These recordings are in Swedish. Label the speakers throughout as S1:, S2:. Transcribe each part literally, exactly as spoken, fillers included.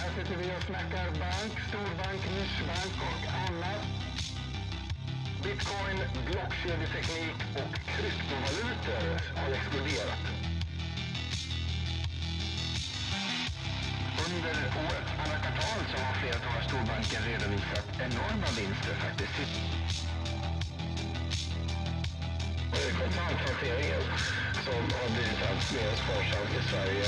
S1: Här sitter vi och snackar bank, storbank, nischbank och annat. Bitcoin, blockkedjeteknik och kryptovalutor har exploderat. Under årets andra kvartal så har flera av våra storbanker redovisat enorma vinster faktiskt. Och det är kontanthanteringen som har blivit allt mer sparsam i Sverige.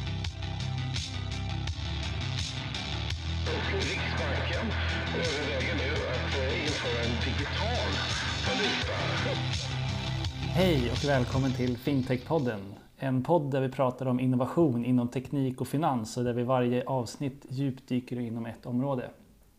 S1: Och Riksbanken överväger nu att införa en digital valuta.
S2: Hej och välkommen till Fintech-podden. En podd där vi pratar om innovation inom teknik och finans och där vi varje avsnitt djupdyker inom ett område.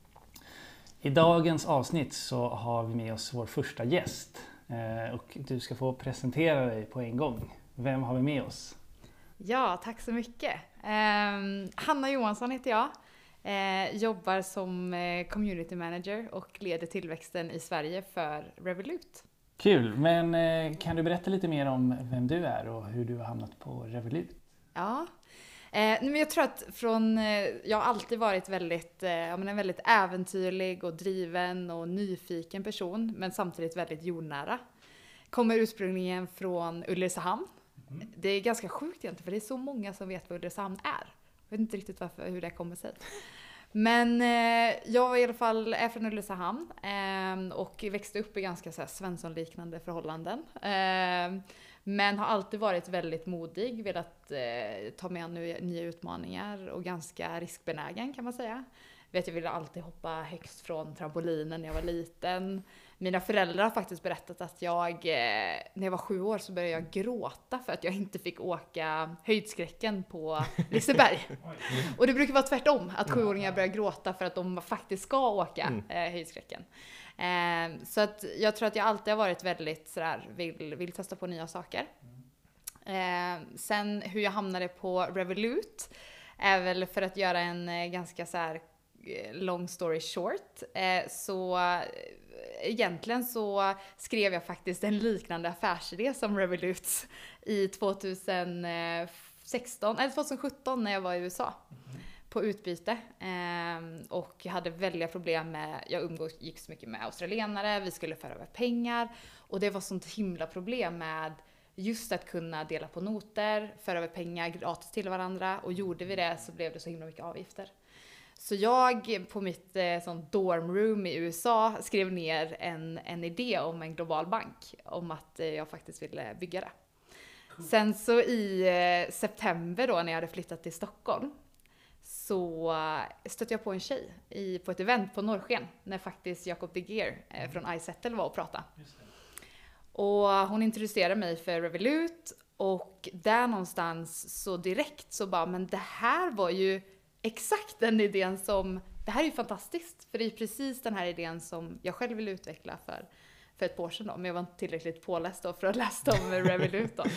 S2: I dagens avsnitt så har vi med oss vår första gäst och du ska få presentera dig på en gång. Vem har vi med oss?
S3: Ja, tack så mycket. Eh, Hanna Johansson heter jag. Eh, jobbar som eh, community manager och leder tillväxten i Sverige för Revolut.
S2: Kul, men eh, kan du berätta lite mer om vem du är och hur du har hamnat på Revolut?
S3: Ja, eh, men jag tror att från, eh, jag har alltid varit väldigt, eh, jag menar, en väldigt äventyrlig och driven och nyfiken person, men samtidigt väldigt jordnära. Kommer ursprungligen från Ulricehamn. Mm. Det är ganska sjukt egentligen, för det är så många som vet vad Ulricehamn är. Jag vet inte riktigt varför, hur det kommer sig. Men eh, jag i alla fall är från Ulricehamn eh, och växte upp i ganska så här, Svensson-liknande förhållanden. Eh, men har alltid varit väldigt modig, velat eh, ta med nya, nya utmaningar och ganska riskbenägen kan man säga. Vet, jag ville alltid hoppa högst från trampolinen när jag var liten. Mina föräldrar har faktiskt berättat att jag, eh, när jag var sju år så började jag gråta för att jag inte fick åka höjdskräcken på Liseberg. Och det brukar vara tvärtom, att sjuåringar börjar gråta för att de faktiskt ska åka eh, höjdskräcken. Eh, så att jag tror att jag alltid har varit väldigt sådär, vill, vill testa på nya saker. Eh, sen hur jag hamnade på Revolut är väl för att göra en eh, ganska så här long story short, eh, så eh, egentligen så skrev jag faktiskt en liknande affärsidé som Revolut i tjugohundrasexton, eller tjugosjutton när jag var i U S A på utbyte eh, och jag hade väldiga problem med, jag umgicks mycket med australienare, vi skulle föra över pengar och det var sånt himla problem med just att kunna dela på noter, föra över pengar gratis till varandra och gjorde vi det så blev det så himla mycket avgifter. Så jag på mitt eh, sån dorm room i U S A skrev ner en, en idé om en global bank. Om att eh, jag faktiskt ville bygga det. Cool. Sen så i eh, september då när jag hade flyttat till Stockholm. Så eh, stötte jag på en tjej i, på ett event på Norrsken. När faktiskt Jacob de Geer eh, mm. från iSettle var och pratade. Och hon introducerade mig för Revolut. Och där någonstans så direkt så bara, men det här var ju exakt den idén som, det här är ju fantastiskt, för det är precis den här idén som jag själv vill utveckla för, för ett par år sedan då, men jag var inte tillräckligt påläst då för att läsa om Revolut då.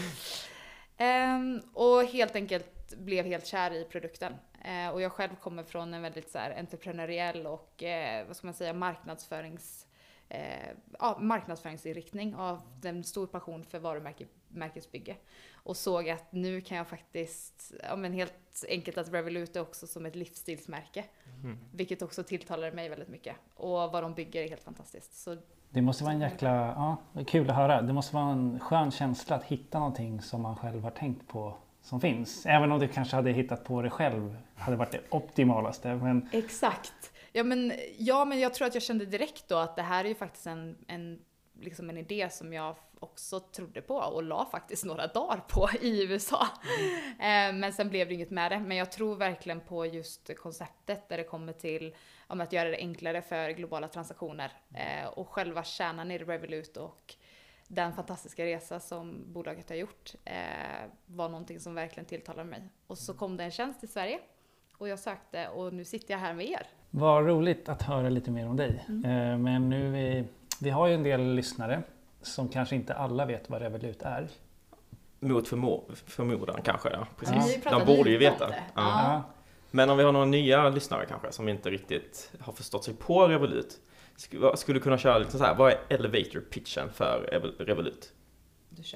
S3: um, och helt enkelt blev helt kär i produkten. Uh, och jag själv kommer från en väldigt så här entreprenöriell och uh, vad ska man säga, marknadsförings uh, ja, marknadsföringsinriktning av en stor passion för varumärkesbygge. Och såg att nu kan jag faktiskt, ja men helt enkelt att Revolut är också som ett livsstilsmärke. Mm. Vilket också tilltalar mig väldigt mycket. Och vad de bygger är helt fantastiskt. Så
S2: det måste vara en jäkla, ja, kul att höra. Det måste vara en skön känsla att hitta någonting som man själv har tänkt på som finns. Även om du kanske hade hittat på det själv hade varit det optimalaste. Men...
S3: Exakt. Ja men, ja men jag tror att jag kände direkt då att det här är ju faktiskt en, en liksom en idé som jag också trodde på och la faktiskt några dagar på i U S A. Mm. Men sen blev det inget med det. Men jag tror verkligen på just konceptet där det kommer till om att göra det enklare för globala transaktioner. Mm. Och själva kärnan i Revolut och den fantastiska resa som bolaget har gjort var någonting som verkligen tilltalade mig. Och så kom det en tjänst i Sverige och jag sökte och nu sitter jag här med er.
S2: Vad roligt att höra lite mer om dig. Mm. Men nu är vi... Vi har ju en del lyssnare som kanske inte alla vet vad Revolut är.
S4: Mot förmo- förmodan kanske, ja. Precis.
S3: Ja.
S4: De borde ju veta. Ja.
S2: Ja.
S4: Men om vi har några nya lyssnare kanske som inte riktigt har förstått sig på Revolut. Skulle, skulle du kunna köra lite så här, vad är elevator pitchen för Revolut?
S3: Då kör vi.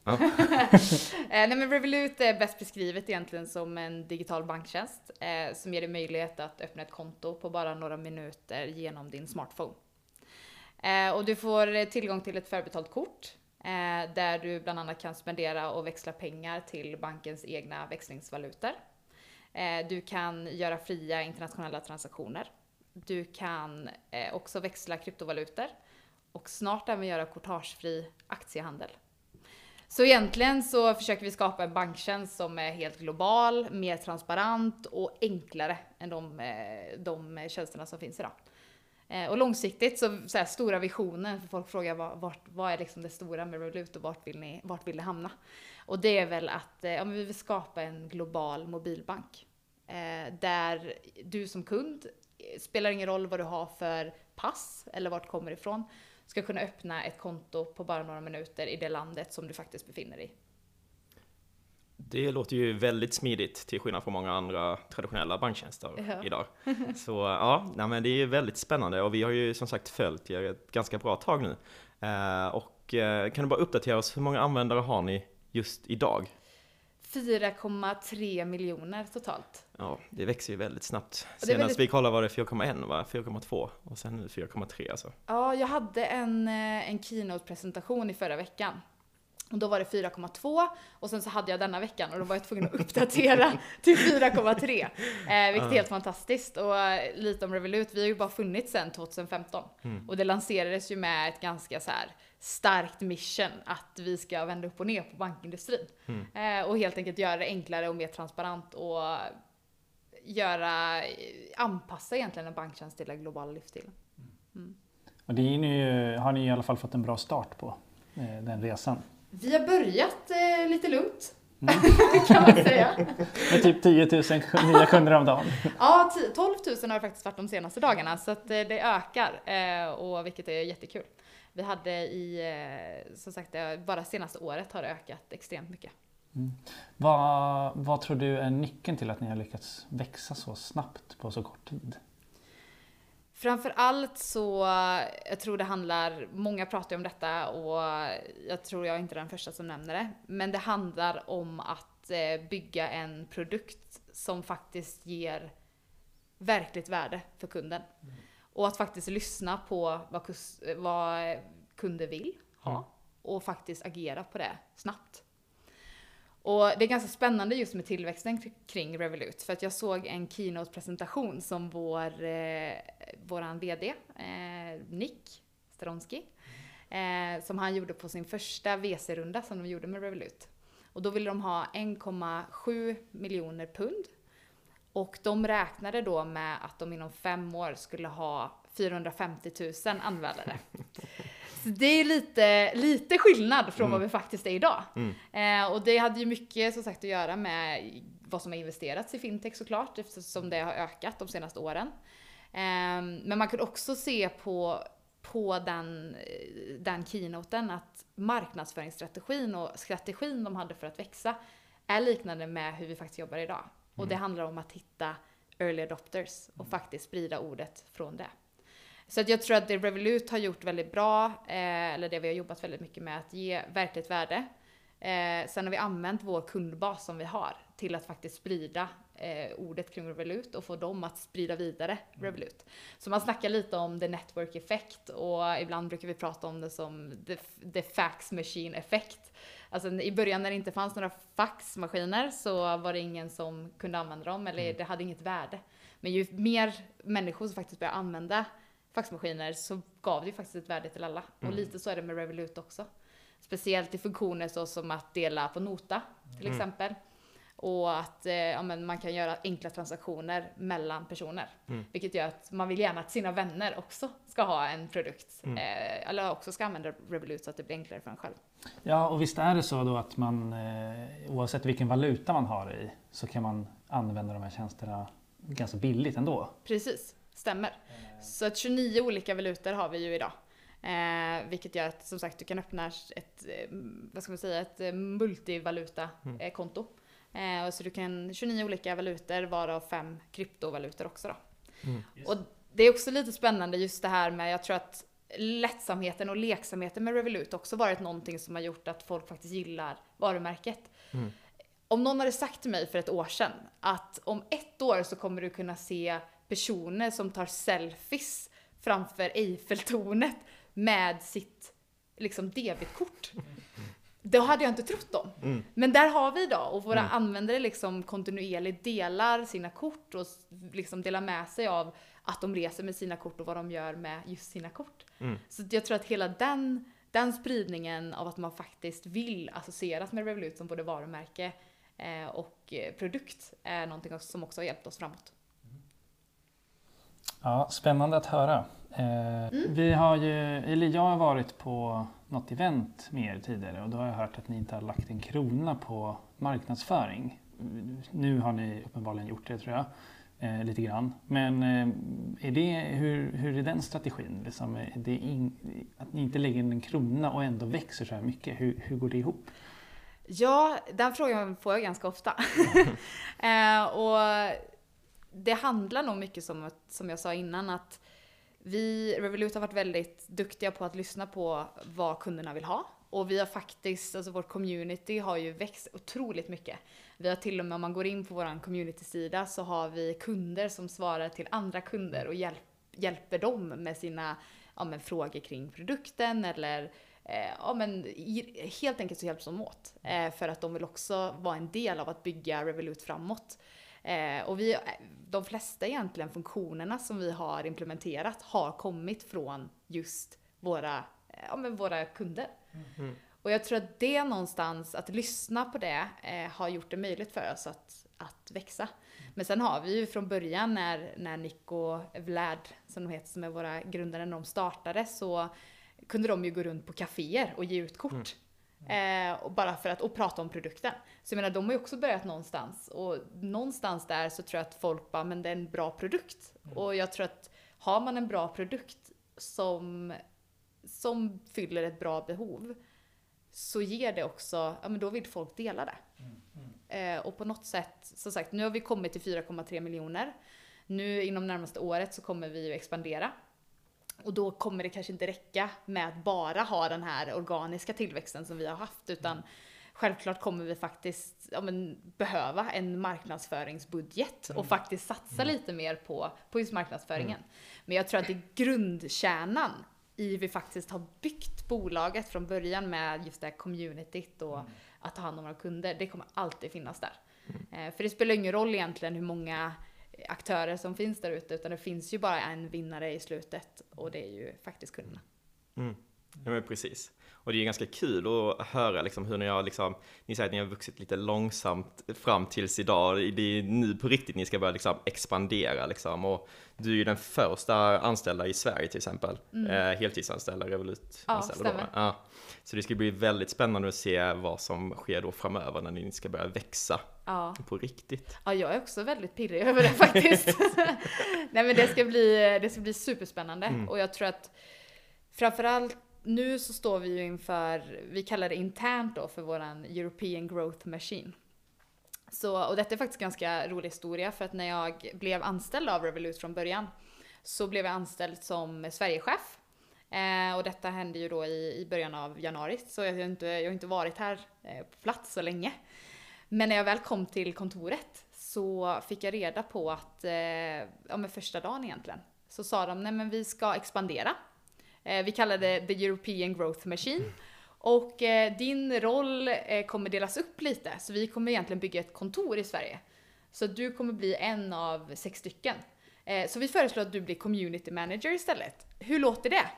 S4: Ja.
S3: Nej, men Revolut är bäst beskrivet egentligen som en digital banktjänst eh, som ger dig möjlighet att öppna ett konto på bara några minuter genom din smartphone. Eh, och du får tillgång till ett förbetalt kort eh, där du bland annat kan spendera och växla pengar till bankens egna växlingsvalutor. Eh, du kan göra fria internationella transaktioner. Du kan eh, också växla kryptovalutor och snart även göra courtagefri aktiehandel. Så egentligen så försöker vi skapa en banktjänst som är helt global, mer transparent och enklare än de, de tjänsterna som finns idag. Och långsiktigt så, så här, stora visionen, för folk frågar vad, vart, vad är liksom det stora med Revolut och vart vill ni, vart vill ni hamna? Och det är väl att ja, men vi vill skapa en global mobilbank. Eh, där du som kund, spelar ingen roll vad du har för pass eller vart du kommer ifrån, ska kunna öppna ett konto på bara några minuter i det landet som du faktiskt befinner dig i.
S4: Det låter ju väldigt smidigt till skillnad från många andra traditionella banktjänster
S3: Ja.
S4: idag. Så ja, nej, men det är väldigt spännande och vi har ju som sagt följt er ett ganska bra tag nu. Eh, och eh, kan du bara uppdatera oss, hur många användare har ni just idag?
S3: fyra komma tre miljoner totalt.
S4: Ja, det växer ju väldigt snabbt.
S3: det är
S4: Senast
S3: väldigt-
S4: vi kollade var det fyra komma ett, va? fyra komma två och sen nu fyra komma tre alltså.
S3: Ja, jag hade en, eh, en keynote-presentation i förra veckan. Och då var det fyra komma två och sen så hade jag denna veckan och då var jag tvungen att uppdatera till fyra komma tre. Eh, vilket är helt fantastiskt. Och eh, lite om Revolut, vi har ju bara funnits sedan tjugohundrafemton.
S4: Mm.
S3: Och det lanserades ju med ett ganska så här starkt mission att vi ska vända upp och ner på bankindustrin.
S4: Mm.
S3: Eh, och helt enkelt göra det enklare och mer transparent och göra, anpassa egentligen en banktjänst till den globala livsstilen.
S2: Och det är ni, har ni i alla fall fått en bra start på, eh, den resan.
S3: Vi har börjat eh, lite lugnt, kan man säga.
S2: Med typ tio tusen nya kunder om dagen.
S3: Ja, t- tolv tusen har det faktiskt varit de senaste dagarna, så att eh, det ökar, eh, och vilket är jättekul. Vi hade i, eh, som sagt, eh, bara senaste året har det ökat extremt mycket.
S2: Mm. Vad, vad tror du är nyckeln till att ni har lyckats växa så snabbt på så kort tid?
S3: Framför allt så, jag tror det handlar, många pratar ju om detta och jag tror jag är inte den första som nämner det, men det handlar om att eh, bygga en produkt som faktiskt ger verkligt värde för kunden. Mm. Och att faktiskt lyssna på vad, kus, vad kunder vill ha mm. och faktiskt agera på det snabbt. Och det är ganska spännande just med tillväxten kring Revolut. För att jag såg en keynote-presentation som vår, eh, våran vd, eh, Nick Stronsky, eh, som han gjorde på sin första V C-runda som de gjorde med Revolut. Och då ville de ha en komma sju miljoner pund. Och de räknade då med att de inom fem år skulle ha fyrahundrafemtio tusen användare. Så det är lite, lite skillnad från mm. vad vi faktiskt är idag. Mm. Eh, och det hade ju mycket som sagt att göra med vad som har investerats i fintech såklart, eftersom det har ökat de senaste åren. Eh, men man kunde också se på, på den, den keynoten att marknadsföringsstrategin och strategin de hade för att växa är liknande med hur vi faktiskt jobbar idag. Mm. Och det handlar om att hitta early adopters och faktiskt sprida ordet från det. Så att jag tror att det Revolut har gjort väldigt bra, eh, eller det vi har jobbat väldigt mycket med, att ge verkligt värde. Eh, sen har vi använt vår kundbas som vi har till att faktiskt sprida eh, ordet kring Revolut och få dem att sprida vidare Revolut. Så man snackar lite om the network effect och ibland brukar vi prata om det som the, the fax machine effect. Alltså i början när det inte fanns några faxmaskiner så var det ingen som kunde använda dem eller det hade inget värde. Men ju mer människor som faktiskt börjar använda faxmaskiner så gav det ju faktiskt ett värde till alla. Mm. Och lite så är det med Revolut också. Speciellt i funktioner så som att dela på nota till mm. exempel. Och att eh, ja, men man kan göra enkla transaktioner mellan personer. Mm. Vilket gör att man vill gärna att sina vänner också ska ha en produkt. Mm. Eh, eller också ska använda Revolut så att det blir enklare för en själv.
S2: Ja, och visst är det så då att man eh, oavsett vilken valuta man har i så kan man använda de här tjänsterna ganska billigt ändå.
S3: Precis, stämmer. Så att tjugonio olika valutor har vi ju idag. Eh, vilket gör att som sagt du kan öppna ett, vad ska man säga, ett multivaluta eh, konto. Eh, så du kan tjugonio olika valutor, varav fem kryptovalutor också då. Mm. Och det är också lite spännande just det här med, jag tror att lättsamheten och leksamheten med Revolut också varit någonting som har gjort att folk faktiskt gillar varumärket. Mm. Om någon hade sagt till mig för ett år sedan att om ett år så kommer du kunna se personer som tar selfies framför Eiffeltornet med sitt liksom debitkort. Då hade jag inte trott dem. Mm. Men där har vi idag, och våra mm. användare liksom kontinuerligt delar sina kort och liksom delar med sig av att de reser med sina kort och vad de gör med just sina kort. Mm. Så jag tror att hela den, den spridningen av att man faktiskt vill associeras med Revolut som både varumärke eh, och produkt är någonting som också har hjälpt oss framåt.
S2: Ja, spännande att höra. Eh, mm. Vi har ju, eller jag har varit på något event med er tidigare och då har jag hört att ni inte har lagt en krona på marknadsföring. Nu har ni uppenbarligen gjort det, tror jag, eh, lite grann. Men eh, är det, hur, hur är den strategin? Liksom, är det in, att ni inte lägger en krona och ändå växer så här mycket, hur, hur går det ihop?
S3: Ja, den frågan får jag ganska ofta. eh, och det handlar nog mycket som, som jag sa innan, att vi, Revolut har varit väldigt duktiga på att lyssna på vad kunderna vill ha. Och vi har faktiskt, alltså vårt community har ju växt otroligt mycket. Vi har till och med, om man går in på vår community-sida, så har vi kunder som svarar till andra kunder och hjälp, hjälper dem med sina ja, men, frågor kring produkten eller eh, ja, men, helt enkelt så hjälps de åt. Eh, för att de vill också vara en del av att bygga Revolut framåt. Eh, och vi, de flesta egentligen funktionerna som vi har implementerat har kommit från just våra, ja, men våra kunder. Mm. Och jag tror att det någonstans, att lyssna på det eh, har gjort det möjligt för oss att, att växa. Men sen har vi ju från början när, när Nick och Vlad, som de heter, som är våra grundare, när de startade, så kunde de ju gå runt på kaféer och ge ut kort. Mm. Eh, och bara för att och prata om produkten. Så jag menar, de har ju också börjat någonstans, och någonstans där så tror jag att folk bara, men det är en bra produkt. Mm. Och jag tror att har man en bra produkt som, som fyller ett bra behov, så ger det också, ja men då vill folk dela det. Mm. Mm. Eh, och på något sätt, som sagt, nu har vi kommit till fyra komma tre miljoner. Nu inom närmaste året så kommer vi att expandera. Och då kommer det kanske inte räcka med att bara ha den här organiska tillväxten som vi har haft, utan mm. självklart kommer vi faktiskt ja, men, behöva en marknadsföringsbudget mm. och faktiskt satsa mm. lite mer på, på just marknadsföringen. Mm. Men jag tror att det är grundkärnan i vi faktiskt har byggt bolaget från början med just det här communityt och mm. att ta hand om våra kunder. Det kommer alltid finnas där. Mm. Eh, för det spelar ingen roll egentligen hur många aktörer som finns där ute, utan det finns ju bara en vinnare i slutet, och det är ju faktiskt kunderna.
S4: Mm. Ja, men precis. Och det är ganska kul att höra liksom hur ni har liksom, ni säger att ni har vuxit lite långsamt fram tills idag. Det är nu på riktigt ni ska börja liksom expandera liksom. Och du är ju den första anställda i Sverige till exempel. Mm. Eh, heltidsanställda, Revolut-anställda. Ja, ja. Så det ska bli väldigt spännande att se vad som sker då framöver när ni ska börja växa. Ja. På riktigt.
S3: Ja, jag är också väldigt pirrig över det faktiskt. Nej, men det ska bli, det ska bli superspännande. Mm. Och jag tror att framförallt nu så står vi ju inför, vi kallar det internt då för våran European Growth Machine. Så, och detta är faktiskt en ganska rolig historia, för att när jag blev anställd av Revolut från början så blev jag anställd som Sverigechef. Eh, och detta hände ju då i, i början av januari, så jag har inte, jag har inte varit här eh, på plats så länge. Men när jag väl kom till kontoret så fick jag reda på att, eh, ja men första dagen egentligen, så sa de, nej men vi ska expandera. Eh, vi kallar det The European Growth Machine. Och eh, din roll eh, kommer delas upp lite, så vi kommer egentligen bygga ett kontor i Sverige. Så du kommer bli en av sex stycken. Eh, så vi föreslår att du blir community manager istället. Hur låter det?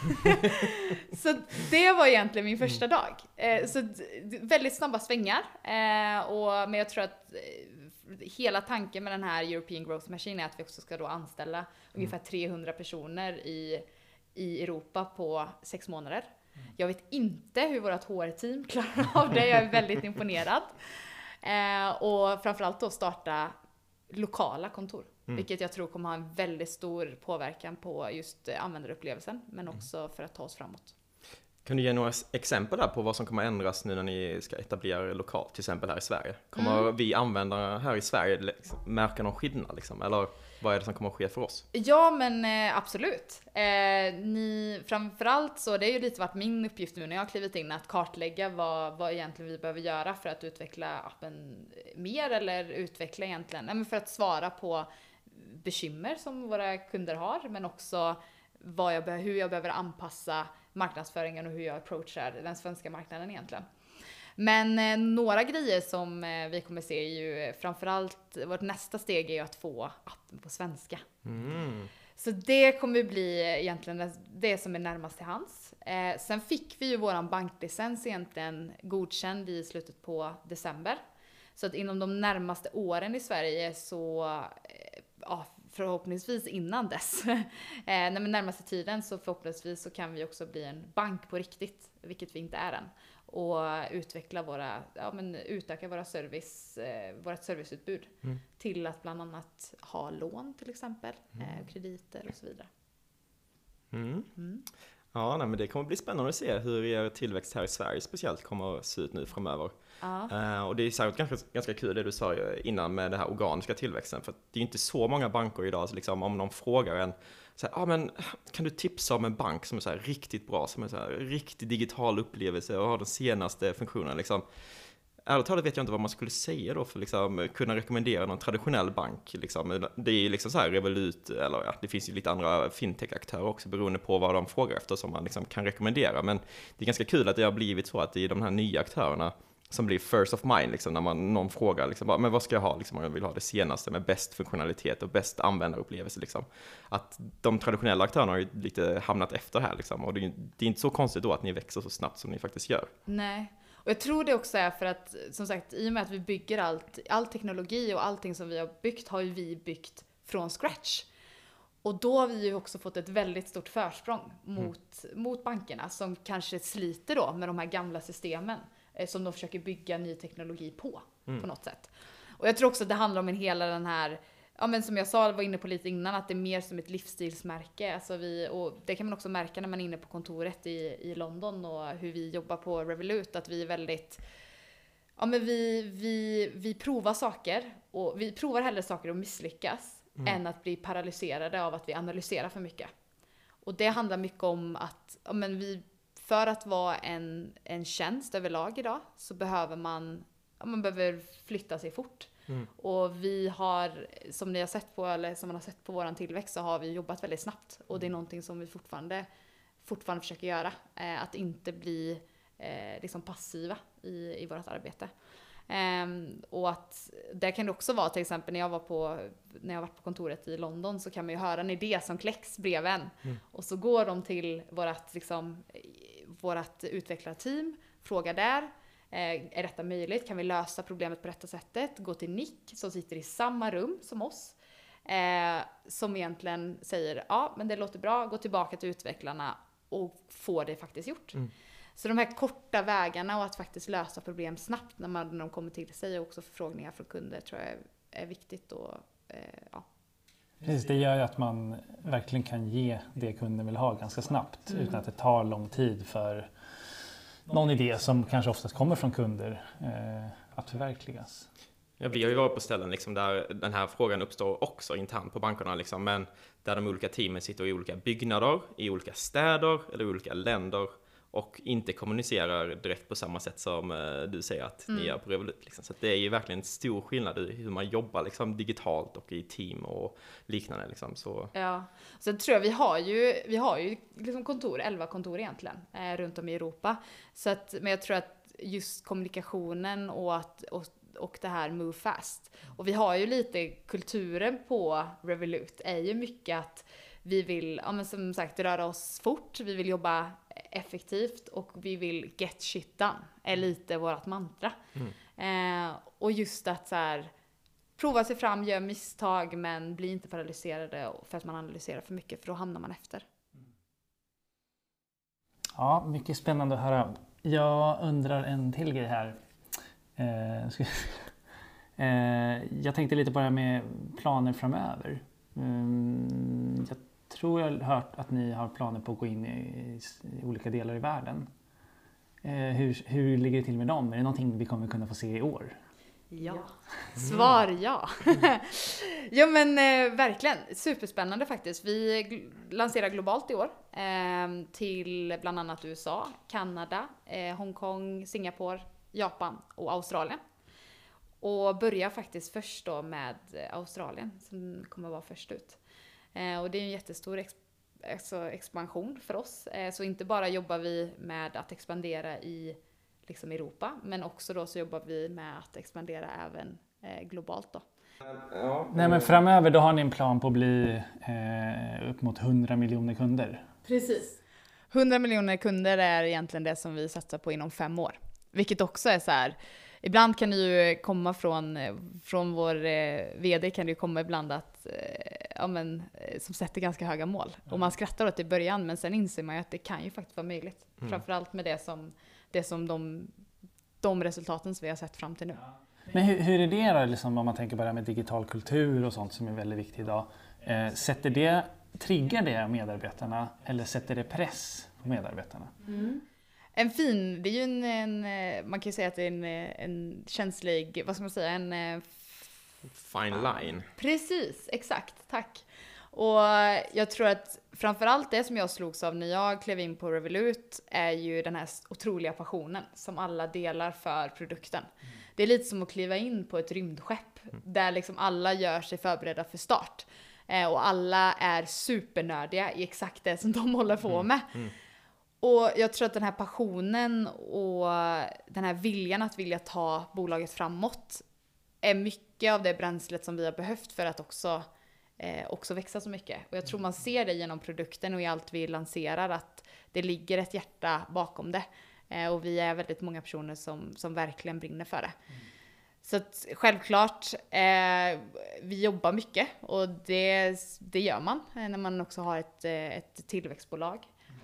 S3: Så det var egentligen min första dag. Eh, så d- väldigt snabba svängar. Eh, och, men jag tror att eh, hela tanken med den här European Growth Machine är att vi också ska då anställa mm. ungefär trehundra personer i, i Europa på sex månader. Mm. Jag vet inte hur vårt H R-team klarar av det. Jag är väldigt imponerad. Eh, och framförallt då starta lokala kontor. Mm. Vilket jag tror kommer ha en väldigt stor påverkan på just användarupplevelsen, men också för att ta oss framåt.
S4: Kan du ge några exempel där på vad som kommer ändras nu när ni ska etablera er lokalt, till exempel här i Sverige? Kommer mm. vi användare här i Sverige liksom, märka någon skillnad? Liksom? Eller vad är det som kommer att ske för oss?
S3: Ja, men eh, absolut. Eh, ni, framförallt så det är ju lite varit min uppgift nu när jag har klivit in att kartlägga vad, vad egentligen vi behöver göra för att utveckla appen mer eller utveckla egentligen, nej, men för att svara på bekymmer som våra kunder har, men också vad jag be- hur jag behöver anpassa marknadsföringen och hur jag approachar den svenska marknaden egentligen. Men eh, några grejer som eh, vi kommer se är ju framförallt, vårt nästa steg är ju att få appen på svenska.
S4: Mm.
S3: Så det kommer bli egentligen det som är närmast till hands. Eh, sen fick vi ju våran banklicens egentligen godkänd i slutet på december. Så att inom de närmaste åren i Sverige så, eh, ja, förhoppningsvis innan dess, eh, nej, men närmaste tiden så förhoppningsvis så kan vi också bli en bank på riktigt, vilket vi inte är än. Och utveckla våra, ja men utöka våra service, eh, vårt serviceutbud mm. till att bland annat ha lån till exempel, mm. eh, krediter och så vidare.
S4: Mm. Mm. Ja, nej, men det kommer bli spännande att se hur er tillväxt här i Sverige speciellt kommer att se ut nu framöver.
S3: Ja.
S4: Uh, och det är säkert ganska, ganska kul det du sa innan med den här organiska tillväxten, för det är inte så många banker idag, så liksom, om någon frågar en så här, ah, men kan du tipsa om en bank som är så här riktigt bra, som är så här riktigt digital upplevelse och har den senaste funktionen liksom. Ärligt talat vet jag inte vad man skulle säga då för liksom kunna rekommendera någon traditionell bank liksom. Det är liksom så här Revolut, eller ja, det finns ju lite andra fintech-aktörer också beroende på vad de frågar efter som man liksom kan rekommendera, men det är ganska kul att det har blivit så att det är de här nya aktörerna som blir first of mind liksom, när man, någon frågar liksom, bara, men vad ska jag ha liksom, om jag vill ha det senaste med bäst funktionalitet och bäst användarupplevelse liksom. Att de traditionella aktörerna har ju lite hamnat efter här liksom, och det är, det är inte så konstigt då att ni växer så snabbt som ni faktiskt gör.
S3: Nej. Och jag tror det också är för att, som sagt, i och med att vi bygger allt, all teknologi och allting som vi har byggt har ju vi byggt från scratch. Och då har vi ju också fått ett väldigt stort försprång mot, mm. mot bankerna som kanske sliter då med de här gamla systemen eh, som de försöker bygga ny teknologi på, mm. på något sätt. Och jag tror också att det handlar om en hela den här, ja men som jag sa, var inne på lite innan, att det är mer som ett livsstilsmärke. Alltså vi, och det kan man också märka när man är inne på kontoret i, i London och hur vi jobbar på Revolut, att vi är väldigt, ja men vi, vi, vi provar saker, och vi provar hellre saker och misslyckas mm. än att bli paralyserade av att vi analyserar för mycket. Och det handlar mycket om att, ja men vi, för att vara en, en tjänst överlag idag så behöver man, ja man behöver flytta sig fort. Mm. Och vi har, som ni har sett på, eller som man har sett på våran tillväxt, så har vi jobbat väldigt snabbt. Och det är någonting som vi fortfarande, fortfarande försöker göra. Eh, att inte bli eh, liksom passiva i, i vårt arbete. Eh, och att det kan det också vara, till exempel när jag var på, när jag var på kontoret i London, så kan man ju höra en idé som kläcks bredvid en. Mm. Och så går de till vårat, liksom, vårat utvecklarteam, frågar där. Är detta möjligt? Kan vi lösa problemet på detta sättet? Gå till Nick som sitter i samma rum som oss. Eh, som egentligen säger, ja men det låter bra, gå tillbaka till utvecklarna och få det faktiskt gjort. Mm. Så de här korta vägarna och att faktiskt lösa problem snabbt när, man, när de kommer till sig, och också förfrågningar från kunder, tror jag är, är viktigt. Och, eh, ja.
S2: Precis, det gör ju att man verkligen kan ge det kunden vill ha ganska snabbt mm. utan att det tar lång tid för någon idé som kanske oftast kommer från kunder eh, att förverkligas.
S4: Ja, vi har ju varit på ställen liksom, där den här frågan uppstår också internt på bankerna, liksom, men där de olika teamen sitter i olika byggnader, i olika städer eller i olika länder och inte kommunicerar direkt på samma sätt som eh, du säger att mm. ni gör på Revolut. Liksom. Så att det är ju verkligen en stor skillnad i hur man jobbar liksom, digitalt och i team och liknande. Liksom. Så.
S3: Ja, sen tror jag vi har ju, vi har ju liksom kontor, elva kontor egentligen, eh, runt om i Europa. Så att, men jag tror att just kommunikationen och, att, och, och det här move fast. Och vi har ju lite kulturen på Revolut, är ju mycket att vi vill, ja, men som sagt, röra oss fort, vi vill jobba effektivt och vi vill get shit done, är lite vårt mantra. Mm. Eh, och just att så här, prova sig fram, gör misstag, men bli inte paralyserade för att man analyserar för mycket, för då hamnar man efter.
S2: Ja, mycket spännande att höra. Jag undrar en till grej här. Eh, ska... eh, jag tänkte lite bara med planer framöver. Mm, jag tror jag har hört att ni har planer på att gå in i, i olika delar i världen. Eh, hur, hur ligger det till med dem? Är det någonting vi kommer kunna få se i år?
S3: Ja, svar ja. Ja men eh, verkligen, superspännande faktiskt. Vi gl- lanserar globalt i år eh, till bland annat U S A, Kanada, eh, Hongkong, Singapore, Japan och Australien. Och börjar faktiskt först då med Australien som kommer vara först ut. Eh, och det är en jättestor ex- alltså expansion för oss. Eh, så inte bara jobbar vi med att expandera i liksom Europa, men också då så jobbar vi med att expandera även eh, globalt då.
S4: Ja,
S2: Nej, men framöver då har ni en plan på att bli eh, upp mot hundra miljoner kunder.
S3: Precis. hundra miljoner kunder är egentligen det som vi satsar på inom fem år. Vilket också är så här, ibland kan det ju komma från, från vår eh, vd kan det ju komma ibland att, eh, ja men, eh, som sätter ganska höga mål. Mm. Och man skrattar åt det i början, men sen inser man ju att det kan ju faktiskt vara möjligt. Mm. Framförallt med det som, det som de, de resultaten som vi har sett fram till nu.
S2: Men hur, hur är det då, liksom, om man tänker på det här med digital kultur och sånt som är väldigt viktigt idag? Eh, sätter det, triggar det medarbetarna eller sätter det press på medarbetarna?
S3: Mm. En fin, det är ju en, en, man kan ju säga att det är en, en känslig, vad ska man säga, en...
S4: Fine line.
S3: Precis, exakt, tack. Och jag tror att framförallt det som jag slogs av när jag klev in på Revolut är ju den här otroliga passionen som alla delar för produkten. Mm. Det är lite som att kliva in på ett rymdskepp mm. där liksom alla gör sig förberedda för start. Eh, och alla är supernördiga i exakt det som de håller på med. Mm. Mm. Och jag tror att den här passionen och den här viljan att vilja ta bolaget framåt är mycket av det bränslet som vi har behövt för att också, eh, också växa så mycket. Och jag tror man ser det genom produkten och i allt vi lanserar att det ligger ett hjärta bakom det. Eh, och vi är väldigt många personer som, som verkligen brinner för det. Mm. Så att självklart, eh, vi jobbar mycket och det, det gör man när man också har ett, ett tillväxtbolag.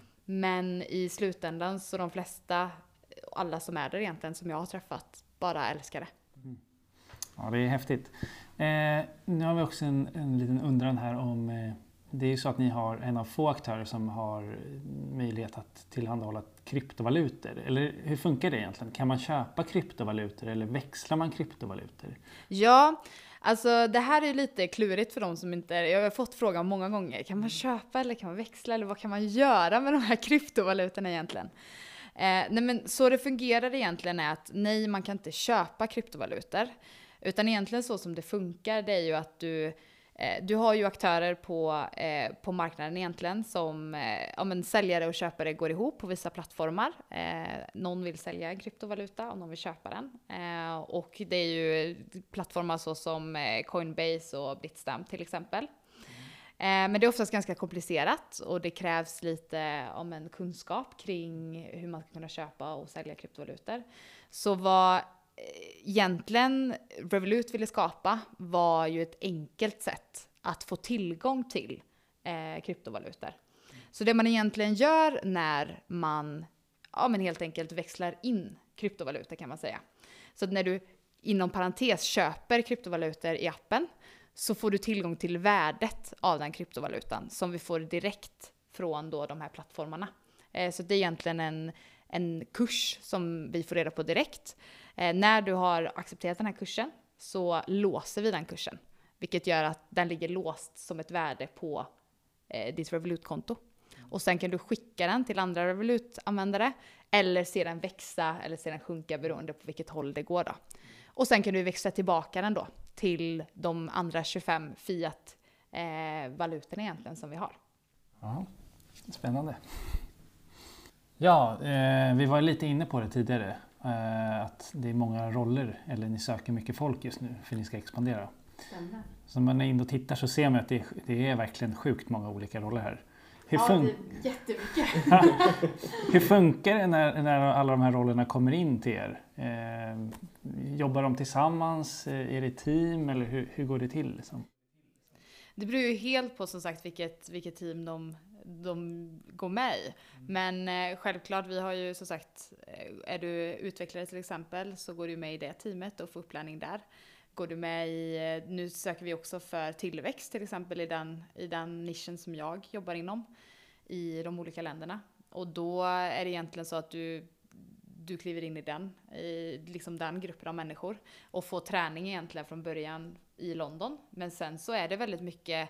S3: Men i slutändan så de flesta, alla som är där egentligen som jag har träffat, bara älskar det.
S2: Mm. Ja, det är häftigt. Eh, nu har vi också en, en liten undran här om, eh, det är ju så att ni har en av få aktörer som har möjlighet att tillhandahålla kryptovalutor. Eller hur funkar det egentligen? Kan man köpa kryptovalutor eller växlar man kryptovalutor?
S3: Ja, alltså det här är lite klurigt för de som inte, jag har fått frågan många gånger, kan man köpa eller kan man växla eller vad kan man göra med de här kryptovalutorna egentligen? Eh, nej men så det fungerar egentligen är att nej, man kan inte köpa kryptovalutor, utan egentligen så som det funkar det är ju att du Du har ju aktörer på, eh, på marknaden egentligen som eh, ja, men säljare och köpare går ihop på vissa plattformar. Eh, någon vill sälja en kryptovaluta och någon vill köpa den. Eh, och det är ju plattformar så som eh, Coinbase och Bitstamp till exempel. Mm. Eh, men det är oftast ganska komplicerat och det krävs lite om en kunskap kring hur man ska kunna köpa och sälja kryptovalutor. Så vad egentligen Revolut ville skapa var ju ett enkelt sätt att få tillgång till eh, kryptovalutor. Mm. Så det man egentligen gör när man ja, men helt enkelt växlar in kryptovalutor kan man säga. Så att när du inom parentes köper kryptovalutor i appen så får du tillgång till värdet av den kryptovalutan som vi får direkt från då de här plattformarna. Eh, så det är egentligen en, en kurs som vi får reda på direkt. Eh, när du har accepterat den här kursen så låser vi den kursen. Vilket gör att den ligger låst som ett värde på eh, ditt Revolut-konto. Mm. Och sen kan du skicka den till andra Revolut-användare. Eller se den växa eller se den sjunka beroende på vilket håll det går då. Mm. Och sen kan du växla tillbaka den då till de andra tjugofem fiat-valutorna eh, egentligen som vi har.
S2: Ja, spännande. Ja, eh, vi var lite inne på det tidigare. Att det är många roller, eller ni söker mycket folk just nu för att ni ska expandera. Stämmer. Så när man är inne och tittar så ser man att det är, det är verkligen sjukt många olika roller här. Hur
S3: ja,
S2: fun-
S3: det är jättemycket.
S2: Hur funkar det när, när alla de här rollerna kommer in till er? Eh, jobbar de tillsammans? Är det team eller hur, hur går det till? Liksom?
S3: Det beror ju helt på som sagt vilket, vilket team de, de går med i. Men eh, självklart, vi har ju som sagt, är du utvecklare till exempel så går du med i det teamet och får upplärning där. Går du med i, nu söker vi också för tillväxt till exempel i den, i den nischen som jag jobbar inom i de olika länderna. Och då är det egentligen så att du, du kliver in i den, i liksom den gruppen av människor och får träning egentligen från början i London. Men sen så är det väldigt mycket,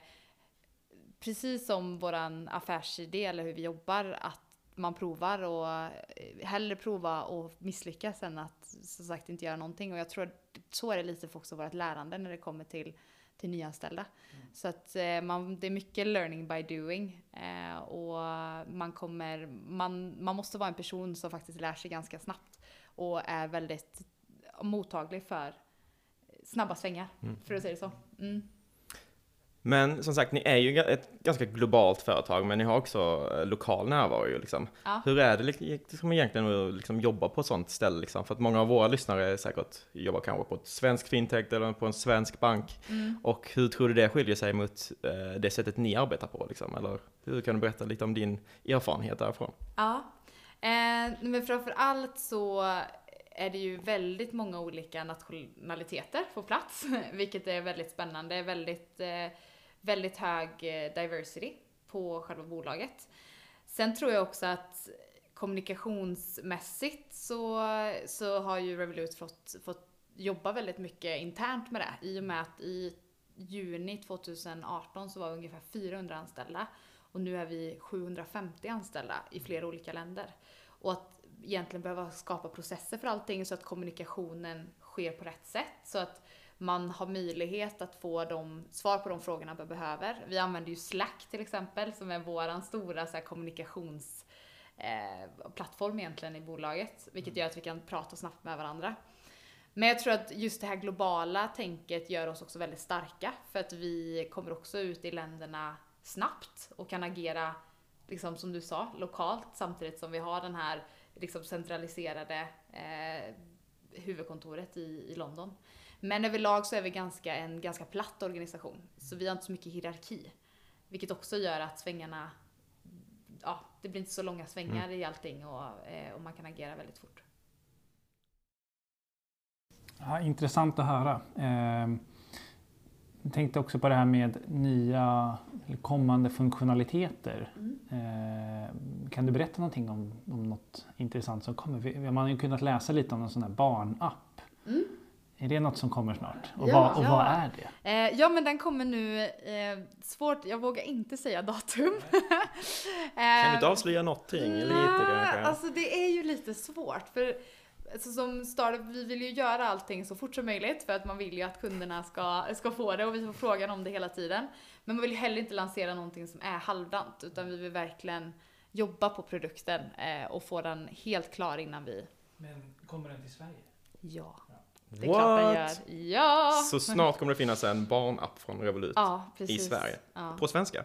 S3: precis som våran affärsidé eller hur vi jobbar, att man provar och hellre prova och misslyckas än att som sagt inte göra någonting. Och jag tror att så är det lite för också vårt lärande när det kommer till, till nyanställda. Mm. Så att eh, man, det är mycket learning by doing. Eh, och man, kommer, man, man måste vara en person som faktiskt lär sig ganska snabbt. Och är väldigt mottaglig för snabba svängar, mm. för att säga det så. Mm.
S4: Men som sagt, ni är ju ett ganska globalt företag, men ni har också lokal närvaro. Liksom.
S3: Ja.
S4: Hur är det liksom egentligen att liksom jobba på ett sånt ställe? Liksom? För att många av våra lyssnare säkert jobbar kanske på ett svensk fintech eller på en svensk bank. Mm. Och hur tror du det skiljer sig mot eh, det sättet ni arbetar på? Liksom? Eller hur kan du berätta lite om din erfarenhet därifrån?
S3: Ja, eh, men framför allt så är det ju väldigt många olika nationaliteter på plats, vilket är väldigt spännande. Väldigt, eh, väldigt hög diversity på själva bolaget. Sen tror jag också att kommunikationsmässigt så, så har ju Revolut fått, fått jobba väldigt mycket internt med det. I och med att i juni tjugoarton så var vi ungefär fyrahundra anställda. Och nu är vi sjuhundrafemtio anställda i flera olika länder. Och att egentligen behöva skapa processer för allting så att kommunikationen sker på rätt sätt. Så att man har möjlighet att få de svar på de frågorna man behöver. Vi använder ju Slack till exempel som är våran stora så här, kommunikationsplattform eh, egentligen i bolaget. Vilket gör att vi kan prata snabbt med varandra. Men jag tror att just det här globala tänket gör oss också väldigt starka. För att vi kommer också ut i länderna snabbt och kan agera, liksom som du sa, lokalt. Samtidigt som vi har den här liksom centraliserade eh, huvudkontoret i, i London. Men överlag så är vi ganska, en ganska platt organisation. Så vi har inte så mycket hierarki. Vilket också gör att svängarna, ja, det blir inte så långa svängar mm. i allting och, eh, och man kan agera väldigt fort.
S2: Ja, intressant att höra. Eh, jag tänkte också på det här med nya eller kommande funktionaliteter. Mm. Eh, kan du berätta någonting om, om något intressant som kommer? Man har ju kunnat läsa lite om en sån här barnapp. Mm. Är det något som kommer snart? Och,
S3: ja,
S2: vad, och
S3: ja.
S2: vad är det?
S3: Eh, ja, men den kommer nu. Eh, svårt, jag vågar inte säga datum. eh,
S4: kan du inte avslöja någonting?
S3: Nej,
S4: lite,
S3: alltså det är ju lite svårt. För alltså, som startup, vi vill ju göra allting så fort som möjligt. För att man vill ju att kunderna ska, ska få det. Och vi får frågan om det hela tiden. Men man vill ju heller inte lansera någonting som är halvdant. Utan vi vill verkligen jobba på produkten eh, och få den helt klar innan vi...
S2: Men kommer den till Sverige?
S3: Ja. Det är klart den gör. Ja.
S4: Så snart kommer det finnas en barnapp från Revolut
S3: ja, precis.
S4: i Sverige.
S3: Ja.
S4: På svenska?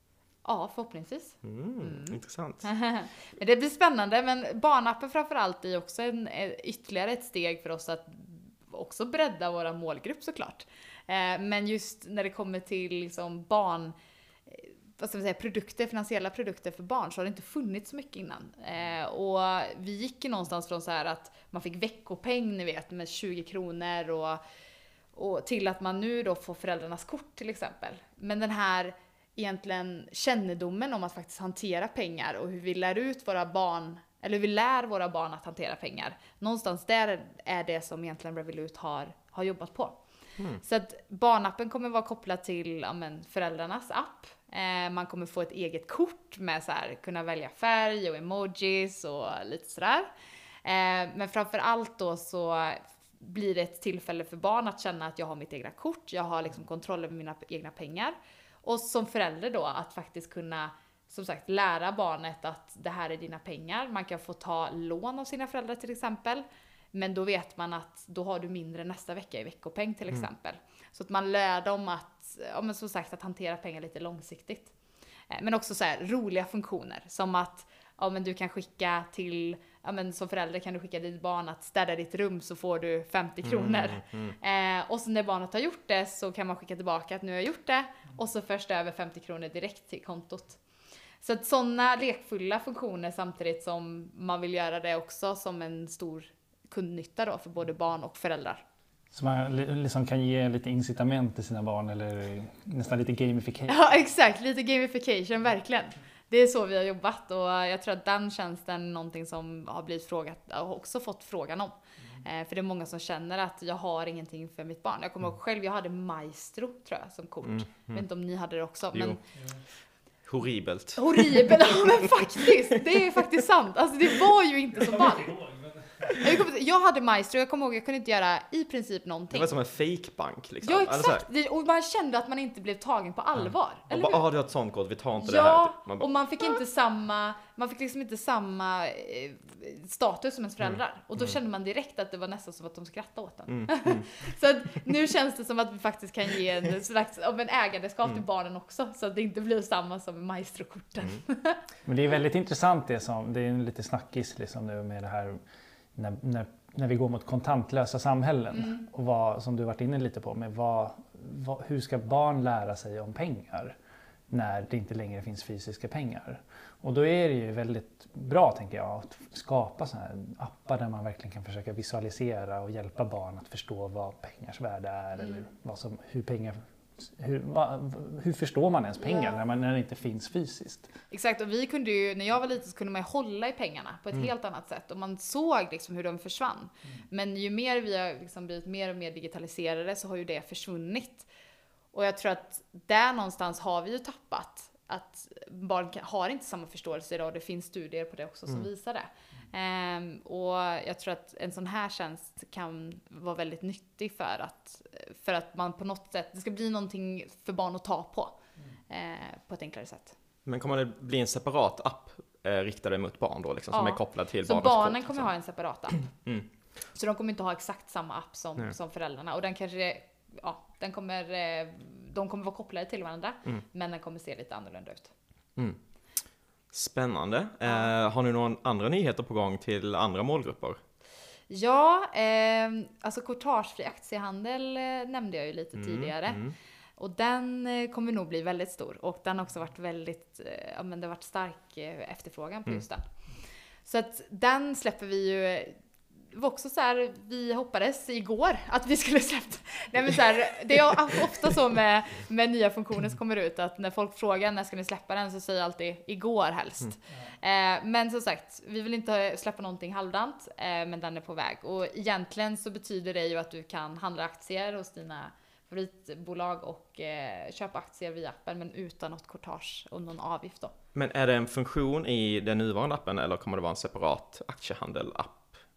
S3: Ja, förhoppningsvis.
S4: Mm, mm. Intressant.
S3: Men det blir spännande. Men barnappen framförallt är också en, ytterligare ett steg för oss att också bredda våra målgrupp såklart. Men just när det kommer till liksom barn... vad ska vi säga, produkter, finansiella produkter för barn så har det inte funnits så mycket innan. Eh, och vi gick ju någonstans från så här att man fick veckopeng, ni vet, med tjugo kronor och, och till att man nu då får föräldrarnas kort till exempel. Men den här egentligen kännedomen om att faktiskt hantera pengar och hur vi lär ut våra barn, eller hur vi lär våra barn att hantera pengar. Någonstans där är det som egentligen Revolut har, har jobbat på. Mm. Så att barnappen kommer vara kopplad till ja, men, föräldrarnas app. Eh, man kommer få ett eget kort med så här, kunna välja färg och emojis och lite sådär. Eh, men framför allt då så blir det ett tillfälle för barn att känna att jag har mitt egna kort. Jag har liksom kontroll över mina egna pengar. Och som förälder då att faktiskt kunna som sagt lära barnet att det här är dina pengar. Man kan få ta lån av sina föräldrar till exempel. Men då vet man att då har du mindre nästa vecka i veckopeng till exempel. Mm. Så att man lär dem att, ja, men som sagt, att hantera pengar lite långsiktigt. Men också så här roliga funktioner. Som att ja, men du kan skicka till, ja, men som förälder kan du skicka ditt barn att städa ditt rum så får du femtio kronor. Mm, mm. Eh, och så när barnet har gjort det så kan man skicka tillbaka att nu har jag gjort det. Och så förs det över femtio kronor direkt till kontot. Så att sådana lekfulla funktioner samtidigt som man vill göra det också som en stor kundnytta då för både barn och föräldrar.
S2: Så man liksom kan ge lite incitament till sina barn eller nästan lite gamification.
S3: Ja, exakt. Lite gamification, verkligen. det är så vi har jobbat och jag tror att den tjänsten är någonting som har blivit frågat, och också fått frågan om. Mm. Eh, för det är många som känner att jag har ingenting för mitt barn. Jag kommer ihåg själv, jag hade Maestro tror jag som kort. Mm. Mm. Jag vet inte om ni hade det också.
S4: Jo.
S3: Men
S4: horribelt.
S3: Horribelt, ja men faktiskt. Det är faktiskt sant. Alltså det var ju inte så ball. Jag hade Maestro, jag kommer ihåg jag kunde inte göra i princip någonting.
S4: Det var som en fake-bank liksom.
S3: Ja exakt, det, och man kände att man inte blev tagen på allvar.
S4: Ja. Eller bara, ah, du har ett sånt kort, vi tar inte
S3: ja,
S4: det här.
S3: Man bara, och man fick inte samma, man fick liksom inte samma eh, status som ens föräldrar. Mm. Och då mm. kände man direkt att det var nästan som att de skrattade åt den. Mm. Mm. Så att nu känns det som att vi faktiskt kan ge en slags av en ägandeskap mm. till barnen också. Så att det inte blir samma som Maestro-korten. Mm.
S2: Men det är väldigt intressant det som, det är en lite snackis liksom nu med det här När, när, när vi går mot kontantlösa samhällen mm. och vad, som du varit inne lite på, med vad, vad, hur ska barn lära sig om pengar när det inte längre finns fysiska pengar? Och då är det ju väldigt bra, tänker jag, att skapa såna här appar där man verkligen kan försöka visualisera och hjälpa barn att förstå vad pengars värde är mm. eller vad som, hur pengar Hur, va, hur förstår man ens pengar ja. när, man, när det inte finns fysiskt?
S3: Exakt, och vi kunde ju, när jag var liten så kunde man hålla i pengarna på ett mm. helt annat sätt. Och man såg liksom hur de försvann. Mm. Men ju mer vi har liksom blivit mer och mer digitaliserade så har ju det försvunnit. Och jag tror att där någonstans har vi ju tappat. Att barn har inte samma förståelse idag. Det finns studier på det också som mm. visar det. Um, och jag tror att en sån här tjänst kan vara väldigt nyttig för att, för att man på något sätt, det ska bli någonting för barn att ta på mm. uh, på ett enklare sätt.
S4: Men kommer det bli en separat app eh, riktad mot barn då liksom, ja. som är kopplad till
S3: så
S4: barnens
S3: barnen
S4: kort,
S3: kommer
S4: liksom.
S3: ha en separat app. Mm. Så de kommer inte ha exakt samma app som, mm. som föräldrarna. Och den kanske, ja, den kommer, de kommer vara kopplade till varandra mm. men den kommer se lite annorlunda ut.
S4: Mm. Spännande. Ja. Eh, har ni någon andra nyheter på gång till andra målgrupper?
S3: Ja, eh, alltså courtagefri aktiehandel eh, nämnde jag ju lite mm, tidigare. Mm. Och den eh, kommer nog bli väldigt stor. Och den har också varit väldigt, eh, ja men det har varit stark eh, efterfrågan på mm. just den. Så att den släpper vi ju. Det var också så här, vi hoppades igår att vi skulle släppa. Nej, men så här, det är ofta så med, med nya funktioner som kommer ut att när folk frågar när ska ni släppa den så säger jag alltid igår helst. Mm. Eh, men som sagt, vi vill inte släppa någonting halvdant, eh, men den är på väg. Och egentligen så betyder det ju att du kan handla aktier hos dina favoritbolag och eh, köpa aktier via appen men utan något courtage och någon avgift då.
S4: Men är det en funktion i den nuvarande appen eller kommer det vara en separat aktiehandel-app?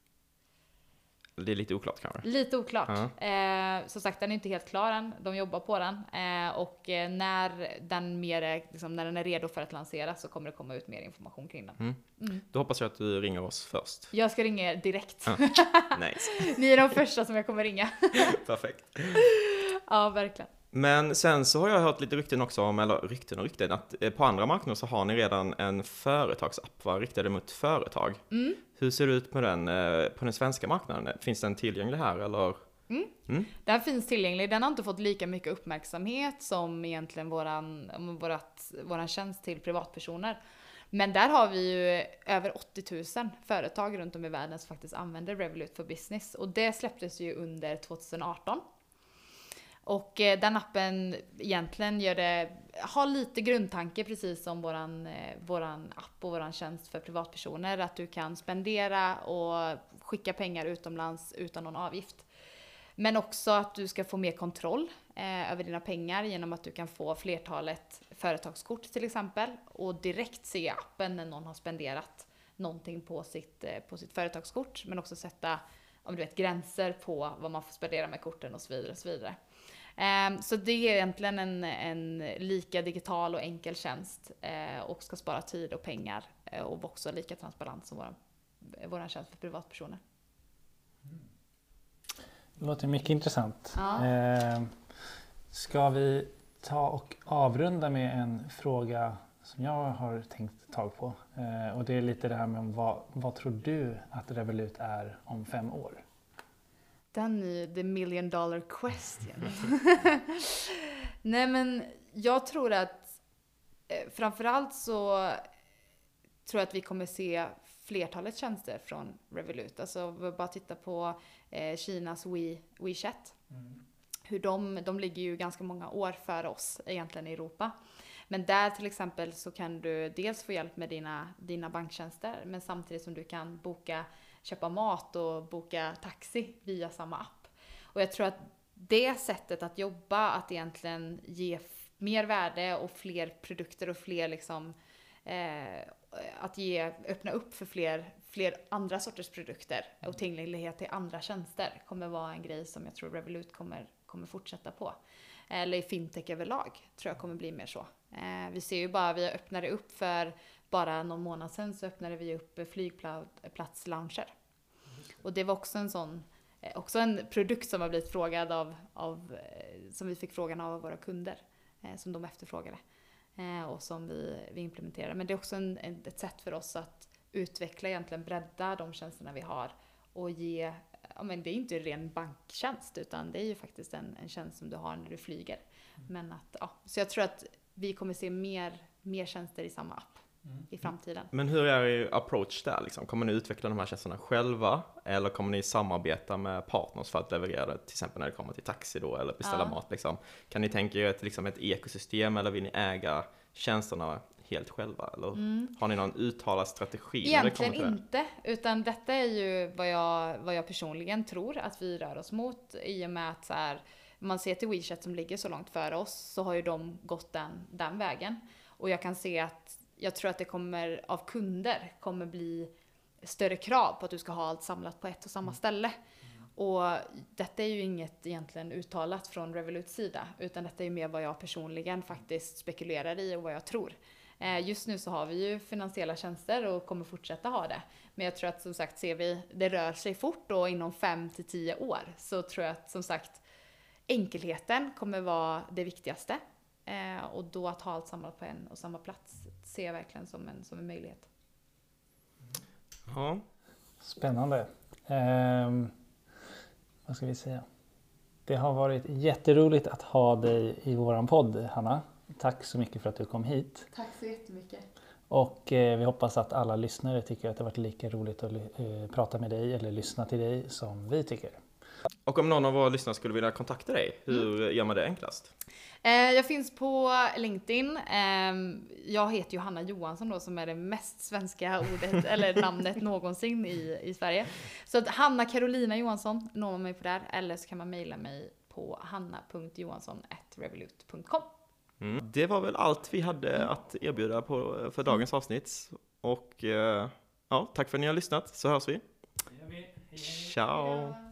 S4: Det är lite oklart kanske.
S3: Lite oklart. Uh-huh. Eh, som sagt, den är inte helt klar än. De jobbar på den. Eh, och när den, mer är, liksom, när den är redo för att lanseras så kommer det komma ut mer information kring den. Mm.
S4: Mm. Då hoppas jag att du ringer oss först.
S3: Jag ska ringa er direkt.
S4: Uh. Nice.
S3: Ni är de första som jag kommer ringa.
S4: Perfekt.
S3: Ja, verkligen.
S4: Men sen så har jag hört lite rykten också om, eller rykten och rykten, att på andra marknader så har ni redan en företagsapp, va, riktad mot företag. Mm. Hur ser det ut med den på den svenska marknaden? Finns den tillgänglig här eller?
S3: Mm. Mm. Den finns tillgänglig. Den har inte fått lika mycket uppmärksamhet som egentligen våran, vårat, våran tjänst till privatpersoner. Men där har vi ju över åttio tusen företag runt om i världen som faktiskt använder Revolut for Business. Och det släpptes ju under tjugoarton. Och den appen egentligen gör det, har lite grundtanke precis som våran, våran app och våran tjänst för privatpersoner. Att du kan spendera och skicka pengar utomlands utan någon avgift. Men också att du ska få mer kontroll eh, över dina pengar genom att du kan få flertalet företagskort till exempel. Och direkt se i appen när någon har spenderat någonting på sitt, eh, på sitt företagskort. Men också sätta om du vet, gränser på vad man får spendera med korten och så vidare. Och så vidare. Um, så det är egentligen en, en lika digital och enkel tjänst uh, och ska spara tid och pengar uh, och också lika transparent som vår, vår tjänst för privatpersoner.
S2: Det låter mycket intressant.
S3: Ja.
S2: Uh, ska vi ta och avrunda med en fråga som jag har tänkt tag på. Uh, och det är lite det här med vad, vad tror du att Revolut är om fem år?
S3: Den är the million dollar question. Nej men jag tror att eh, framförallt så tror jag att vi kommer se flertalet tjänster från Revolut. Alltså vi bara titta på eh, Kinas We, WeChat. Mm. Hur de, de ligger ju ganska många år före oss egentligen i Europa. Men där till exempel så kan du dels få hjälp med dina, dina banktjänster, men samtidigt som du kan boka, köpa mat och boka taxi via samma app. Och jag tror att det sättet att jobba, att egentligen ge f- mer värde och fler produkter och fler liksom, eh, att ge, öppna upp för fler, fler andra sorters produkter och tillgänglighet till andra tjänster kommer vara en grej som jag tror Revolut kommer, kommer fortsätta på. Eller i fintech överlag tror jag kommer bli mer så. Eh, vi ser ju bara, vi öppnade upp för bara någon månad sedan så öppnade vi upp flygplatslounger. Och det var också en sån, eh, också en produkt som har blivit frågad av, av eh, som vi fick frågan av våra kunder, eh, som de efterfrågade. Eh, och som vi, vi implementerar. Men det är också en, ett sätt för oss att utveckla, egentligen bredda de tjänsterna vi har och ge, ja, men det är inte en ren banktjänst utan det är ju faktiskt en, en tjänst som du har när du flyger. Mm. Men att, ja, så jag tror att vi kommer se mer, mer tjänster i samma app mm. i framtiden.
S4: Men hur är er approach där? Liksom? Kommer ni utveckla de här tjänsterna själva eller kommer ni samarbeta med partners för att leverera det, till exempel när det kommer till taxi då, eller beställa ja. mat? Liksom? Kan ni tänka er ett, liksom ett ekosystem eller vill ni äga tjänsterna helt själva? Eller mm. har ni någon uttalad strategi?
S3: Egentligen när det inte, utan detta är ju vad jag, vad jag personligen tror att vi rör oss mot i och med att så här, man ser till WeChat som ligger så långt före oss så har ju de gått den, den vägen. Och jag kan se att jag tror att det kommer av kunder kommer bli större krav på att du ska ha allt samlat på ett och samma ställe. Mm. Och detta är ju inget egentligen uttalat från Revoluts sida utan detta är mer vad jag personligen faktiskt spekulerar i och vad jag tror. Just nu så har vi ju finansiella tjänster och kommer fortsätta ha det. Men jag tror att som sagt ser vi, det rör sig fort och inom fem till tio år så tror jag att som sagt enkelheten kommer vara det viktigaste. Eh, och då att ha allt samlat på en och samma plats ser jag verkligen som en, som en möjlighet.
S2: Ja. Spännande. Eh, vad ska vi säga? Det har varit jätteroligt att ha dig i våran podd, Hanna. Tack så mycket för att du kom hit.
S3: Tack så jättemycket.
S2: Och eh, vi hoppas att alla lyssnare tycker att det har varit lika roligt att eh, prata med dig eller lyssna till dig som vi tycker.
S4: Och om någon av våra lyssnare skulle vilja kontakta dig, hur mm. gör man det enklast?
S3: Eh, jag finns på LinkedIn. Eh, jag heter Johanna Johansson då, som är det mest svenska ordet eller namnet någonsin i, i Sverige. Så att Hanna Carolina Johansson når man mig på där. Eller så kan man mejla mig på hanna punkt johansson at revolut punkt com.
S4: Mm. Det var väl allt vi hade mm. att erbjuda på, för dagens avsnitt. Och eh, ja, tack för att ni har lyssnat, så hörs vi. Ciao!